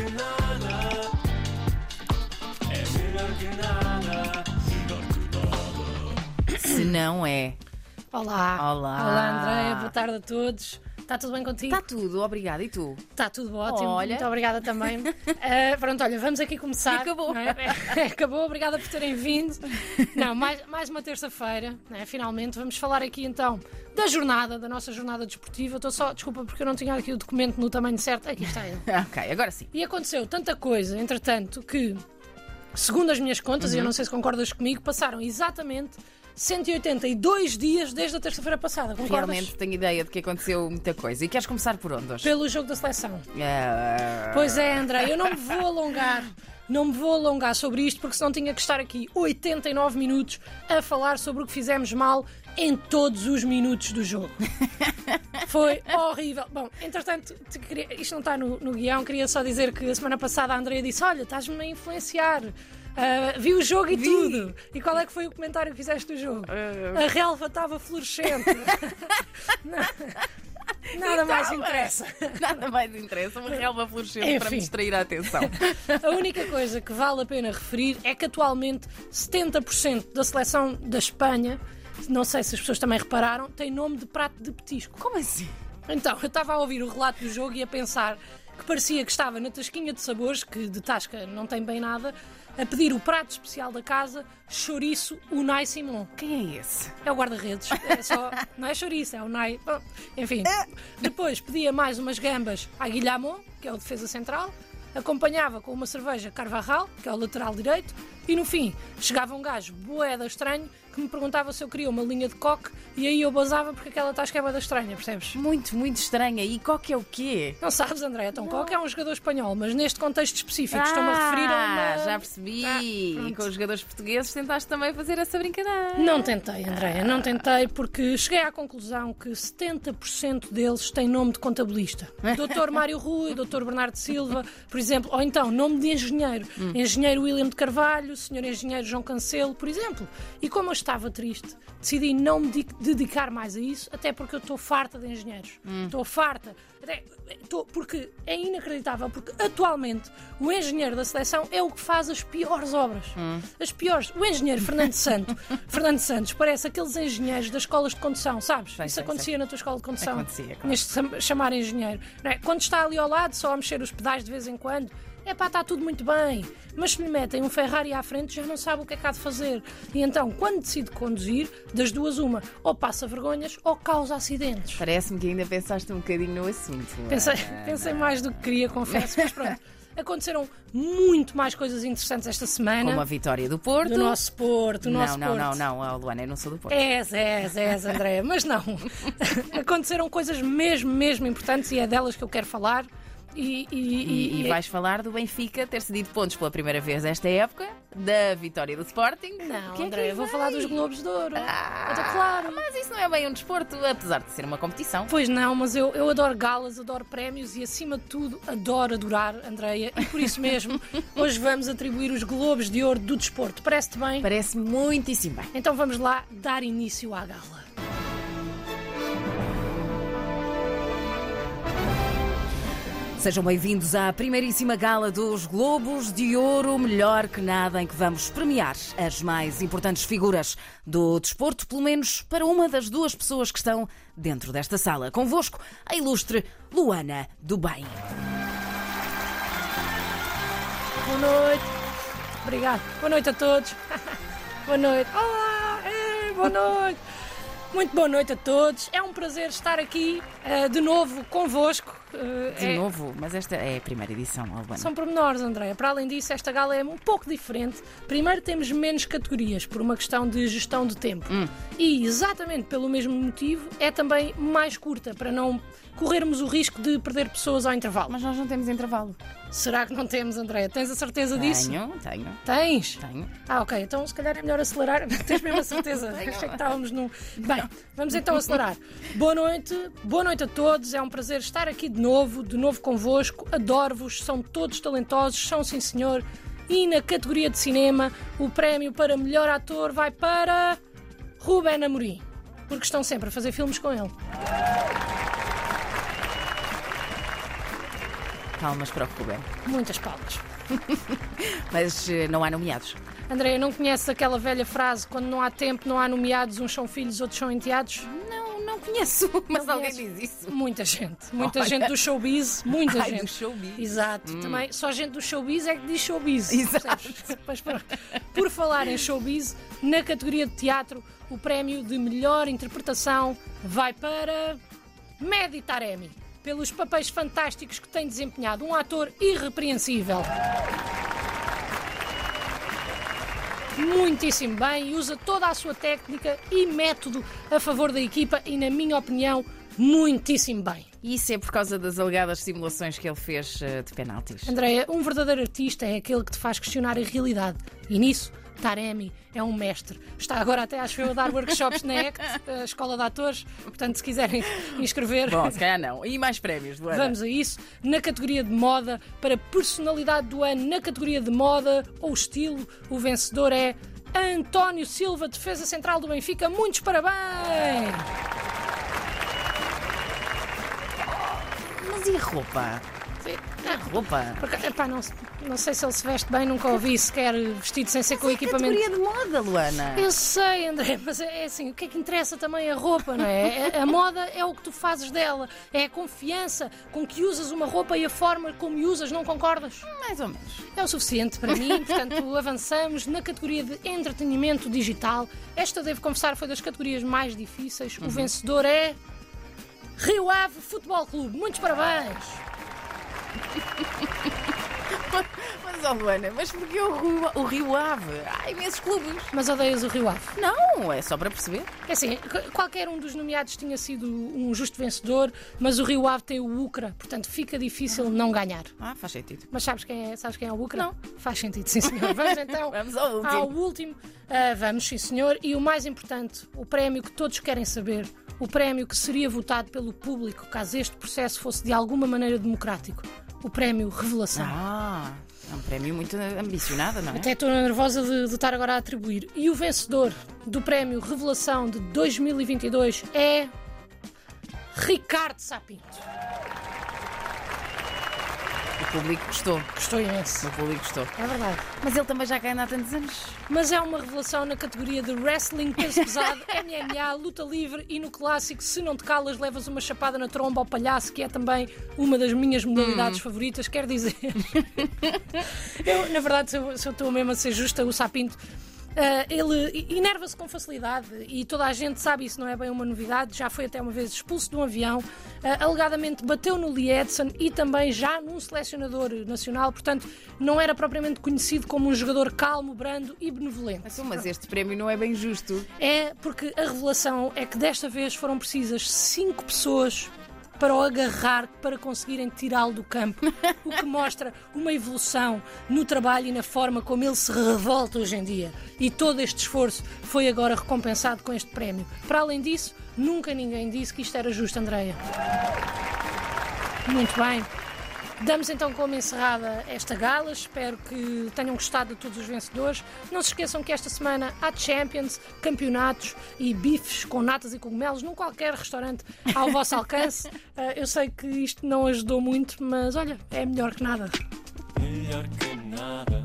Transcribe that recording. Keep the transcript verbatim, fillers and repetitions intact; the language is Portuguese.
que nada. É melhor que nada. Melhor que nada. Se não é. Olá. Olá. Olá, Andréia. Boa tarde a todos. Está tudo bem contigo? Está tudo, obrigada. E tu? Está tudo ótimo. Olha. Muito obrigada também. Uh, pronto, olha, vamos aqui começar. E acabou. Não é? É, acabou, obrigada por terem vindo. Não, mais, mais uma terça-feira, não é? Finalmente. Vamos falar aqui então da jornada, da nossa jornada desportiva. Estou só, desculpa, porque eu não tinha aqui o documento no tamanho certo. Aqui está ele. Ok, agora sim. E aconteceu tanta coisa, entretanto, que, segundo as minhas contas, Uhum. e eu não sei se concordas comigo, passaram exatamente cento e oitenta e dois dias desde a terça-feira passada. Concordas? Realmente tenho ideia de que aconteceu muita coisa. E queres começar por onde hoje? Pelo jogo da seleção. Ah, Pois é, André, eu não me vou alongar. Não me vou alongar sobre isto, porque senão tinha que estar aqui oitenta e nove minutos a falar sobre o que fizemos mal em todos os minutos do jogo. Foi horrível. Bom, entretanto, te queria- isto não está no, no guião, queria só dizer que a semana passada a Andrea disse: olha, estás-me a influenciar. Ah, vi o jogo e Vi. tudo. E qual é que foi o comentário que fizeste do jogo? A relva estava fluorescente. Nada mais Estava. interessa. Nada mais interessa. Uma relva fluorescente para me Enfim. distrair a atenção. A única coisa que vale a pena referir é que atualmente setenta por cento da seleção da Espanha, não sei se as pessoas também repararam, tem nome de prato de petisco. Como assim? Então, eu estava a ouvir o relato do jogo e a pensar que parecia que estava na tasquinha de sabores, que de tasca não tem bem nada, a pedir o prato especial da casa, chouriço Unai Simon. Quem é esse? É o guarda-redes. É só, não é chouriço, é o Unai. Bom, enfim. Depois pedia mais umas gambas à Guilhamon, que é o defesa central, acompanhava com uma cerveja Carvajal, que é o lateral direito, e no fim chegava um gajo boeda estranho que me perguntava se eu queria uma linha de coque e aí eu basava porque aquela tasca é boeda estranha, percebes? Muito, muito estranha. E qual que é o quê? Não sabes, André, então Coque é um jogador espanhol, mas neste contexto específico estou-me a referir a Ah, uma... já percebi. Ah, E pronto. com os jogadores portugueses tentaste também fazer essa brincadeira. Não tentei, Andréia, não tentei, porque cheguei à conclusão que setenta por cento deles têm nome de contabilista. doutor Mário Rui, doutor Bernardo Silva, por exemplo, ou então nome de engenheiro. Engenheiro William de Carvalho, senhor engenheiro João Cancelo, por exemplo. E como eu estava triste, decidi não me di- dedicar mais a isso, até porque eu estou farta de engenheiros. Estou farta. Até- estou- porque é inacreditável, porque atualmente o engenheiro da seleção é o que faz as piores obras. As piores. O engenheiro Fernando Santos, Fernando Santos parece aqueles engenheiros das escolas de condução, sabes? Sei, Isso sei, acontecia sei. na tua escola de condução. Acontecia, claro. Neste cham- chamar engenheiro. Não é? Quando está ali ao lado, só a mexer os pedais de vez em quando, é pá, está tudo muito bem. Mas se lhe metem um Ferrari à frente, já não sabe o que é que há de fazer. E então, quando decide conduzir, das duas uma, ou passa vergonhas ou causa acidentes. Parece-me que ainda pensaste um bocadinho no assunto. Pensei, Ana. pensei mais do que queria, confesso, mas pronto. Aconteceram muito mais coisas interessantes esta semana. Como a vitória do Porto. Do nosso Porto, do não, nosso não, Porto. não, não, não, Luana, eu não sou do Porto. És, és, és, André, mas não. Aconteceram coisas mesmo, mesmo importantes e é delas que eu quero falar. E, e, E, e vais falar do Benfica ter cedido pontos pela primeira vez esta época, da vitória do Sporting. Não, Que é que André, eu vou vai? falar dos Globos de Ouro. Ah, Então, claro. Mas isso não é bem um desporto, apesar de ser uma competição. Pois não, mas eu, eu adoro galas, adoro prémios e, acima de tudo, adoro adorar, Andreia. E por isso mesmo, hoje vamos atribuir os Globos de Ouro do desporto. Parece-te bem? Parece muitíssimo bem. Então vamos lá dar início à gala. Sejam bem-vindos à primeiríssima gala dos Globos de Ouro, melhor que nada, em que vamos premiar as mais importantes figuras do desporto, pelo menos para uma das duas pessoas que estão dentro desta sala. Convosco, a ilustre Luana do Bem. Boa noite. Obrigado. Boa noite a todos. Boa noite. Olá. Ei, boa noite. Muito boa noite a todos. É um prazer estar aqui eh, de novo convosco. Eh, De é- novo, mas esta é a primeira edição, Luana. São pormenores, Andréia. Para além disso, esta gala é um pouco diferente. Primeiro, temos menos categorias, por uma questão de gestão de tempo. E, exatamente pelo mesmo motivo, é também mais curta, para não corrermos o risco de perder pessoas ao intervalo. Mas nós não temos intervalo. Será que não temos, Andréia? Tens a certeza disso? Tenho, tenho, Tens? tenho. Ah, ok. Então, se calhar é melhor acelerar. Tens mesmo a certeza? Achei que estávamos no... Bem, vamos então acelerar. Boa noite. Boa noite a todos. É um prazer estar aqui de novo, de novo convosco. Adoro-vos. São todos talentosos. São, sim, senhor. E na categoria de cinema, o prémio para melhor ator vai para Rubén Amorim. Porque estão sempre a fazer filmes com ele. Palmas para o Ruben. Muitas palmas. Mas eh, não há nomeados. Andréia, não conheces aquela velha frase: quando não há tempo, não há nomeados, uns são filhos, outros são enteados? Não, não conheço, mas Não alguém conheces? diz isso. Muita gente. Muita Olha. gente do showbiz. Muita Ai, gente. do showbiz. Exato. Também, só gente do showbiz é que diz showbiz. Exato. Percebes? Pois pronto. Por falar em showbiz, na categoria de teatro, o prémio de melhor interpretação vai para Mehdi Taremi, pelos papéis fantásticos que tem desempenhado. Um ator irrepreensível. Muitíssimo bem e usa toda a sua técnica e método a favor da equipa e, na minha opinião, muitíssimo bem. E isso é por causa das alegadas simulações que ele fez eh, de penaltis. Andréia, um verdadeiro artista é aquele que te faz questionar a realidade. E nisso, Taremi é um mestre. Está agora até, acho eu, a dar workshops na A C T, a Escola de Atores. Portanto, se quiserem inscrever... Bom, se calhar não. E mais prémios, Luana? Vamos a isso. Na categoria de moda, para personalidade do ano, na categoria de moda ou estilo, o vencedor é António Silva, defesa central do Benfica. Muitos parabéns! Mas e a roupa? A roupa? Porque, epá, não, não sei se ele se veste bem, nunca ouvi sequer vestido sem ser com equipamento. Categoria de moda, Luana. Eu sei, André, mas é assim, o que é que interessa também a roupa, não é? A, a moda é o que tu fazes dela, é a confiança com que usas uma roupa e a forma como usas, não concordas? Mais ou menos. É o suficiente para mim, portanto avançamos na categoria de entretenimento digital. Esta, devo confessar, foi das categorias mais difíceis. O vencedor é Rio Ave Futebol Clube. Muitos parabéns! Mas, oh Luana, mas porquê o Rio, o Rio Ave? Há imensos clubes. Mas odeias o Rio Ave? Não, é só para perceber. É assim, qu- qualquer um dos nomeados tinha sido um justo vencedor, mas o Rio Ave tem o Ucra, portanto fica difícil não ganhar. Ah, faz sentido. Mas sabes quem é, sabes quem é o Ucra? Não. Faz sentido, sim senhor. Vamos então Vamos ao último. ao último. Ah, vamos, sim senhor. E o mais importante, o prémio que todos querem saber, o prémio que seria votado pelo público caso este processo fosse de alguma maneira democrático. O prémio Revelação. Ah, é um prémio muito ambicionado, não é? Até estou nervosa de, de estar agora a atribuir. E o vencedor do prémio Revelação de dois mil e vinte e dois é Ricardo Sapinto. O público gostou. Gostou imenso. O público gostou. É verdade. Mas ele também já cai há tantos anos. Mas é uma revelação na categoria de wrestling, peso pesado, M M A, luta livre e no clássico, se não te calas, levas uma chapada na tromba ao palhaço, que é também uma das minhas modalidades Hum. favoritas. Quer dizer, eu, na verdade, se eu, se eu estou mesmo a ser justa, o Sapinto. Uh, ele enerva-se com facilidade e toda a gente sabe isso, não é bem uma novidade. Já foi até uma vez expulso de um avião, uh, alegadamente bateu no Lee Edson e também já num selecionador nacional, portanto não era propriamente conhecido como um jogador calmo, brando e benevolente. Mas, mas este prémio não é bem justo. É porque a revelação é que desta vez foram precisas cinco pessoas para o agarrar, para conseguirem tirá-lo do campo, o que mostra uma evolução no trabalho e na forma como ele se revolta hoje em dia. E todo este esforço foi agora recompensado com este prémio. Para além disso, nunca ninguém disse que isto era justo, Andreia. Muito bem. Damos então como encerrada esta gala. Espero que tenham gostado de todos os vencedores. Não se esqueçam que esta semana há Champions, campeonatos e bifes com natas e cogumelos num qualquer restaurante ao vosso alcance. Uh, eu sei que isto não ajudou muito, mas olha, é melhor que nada. Melhor que nada.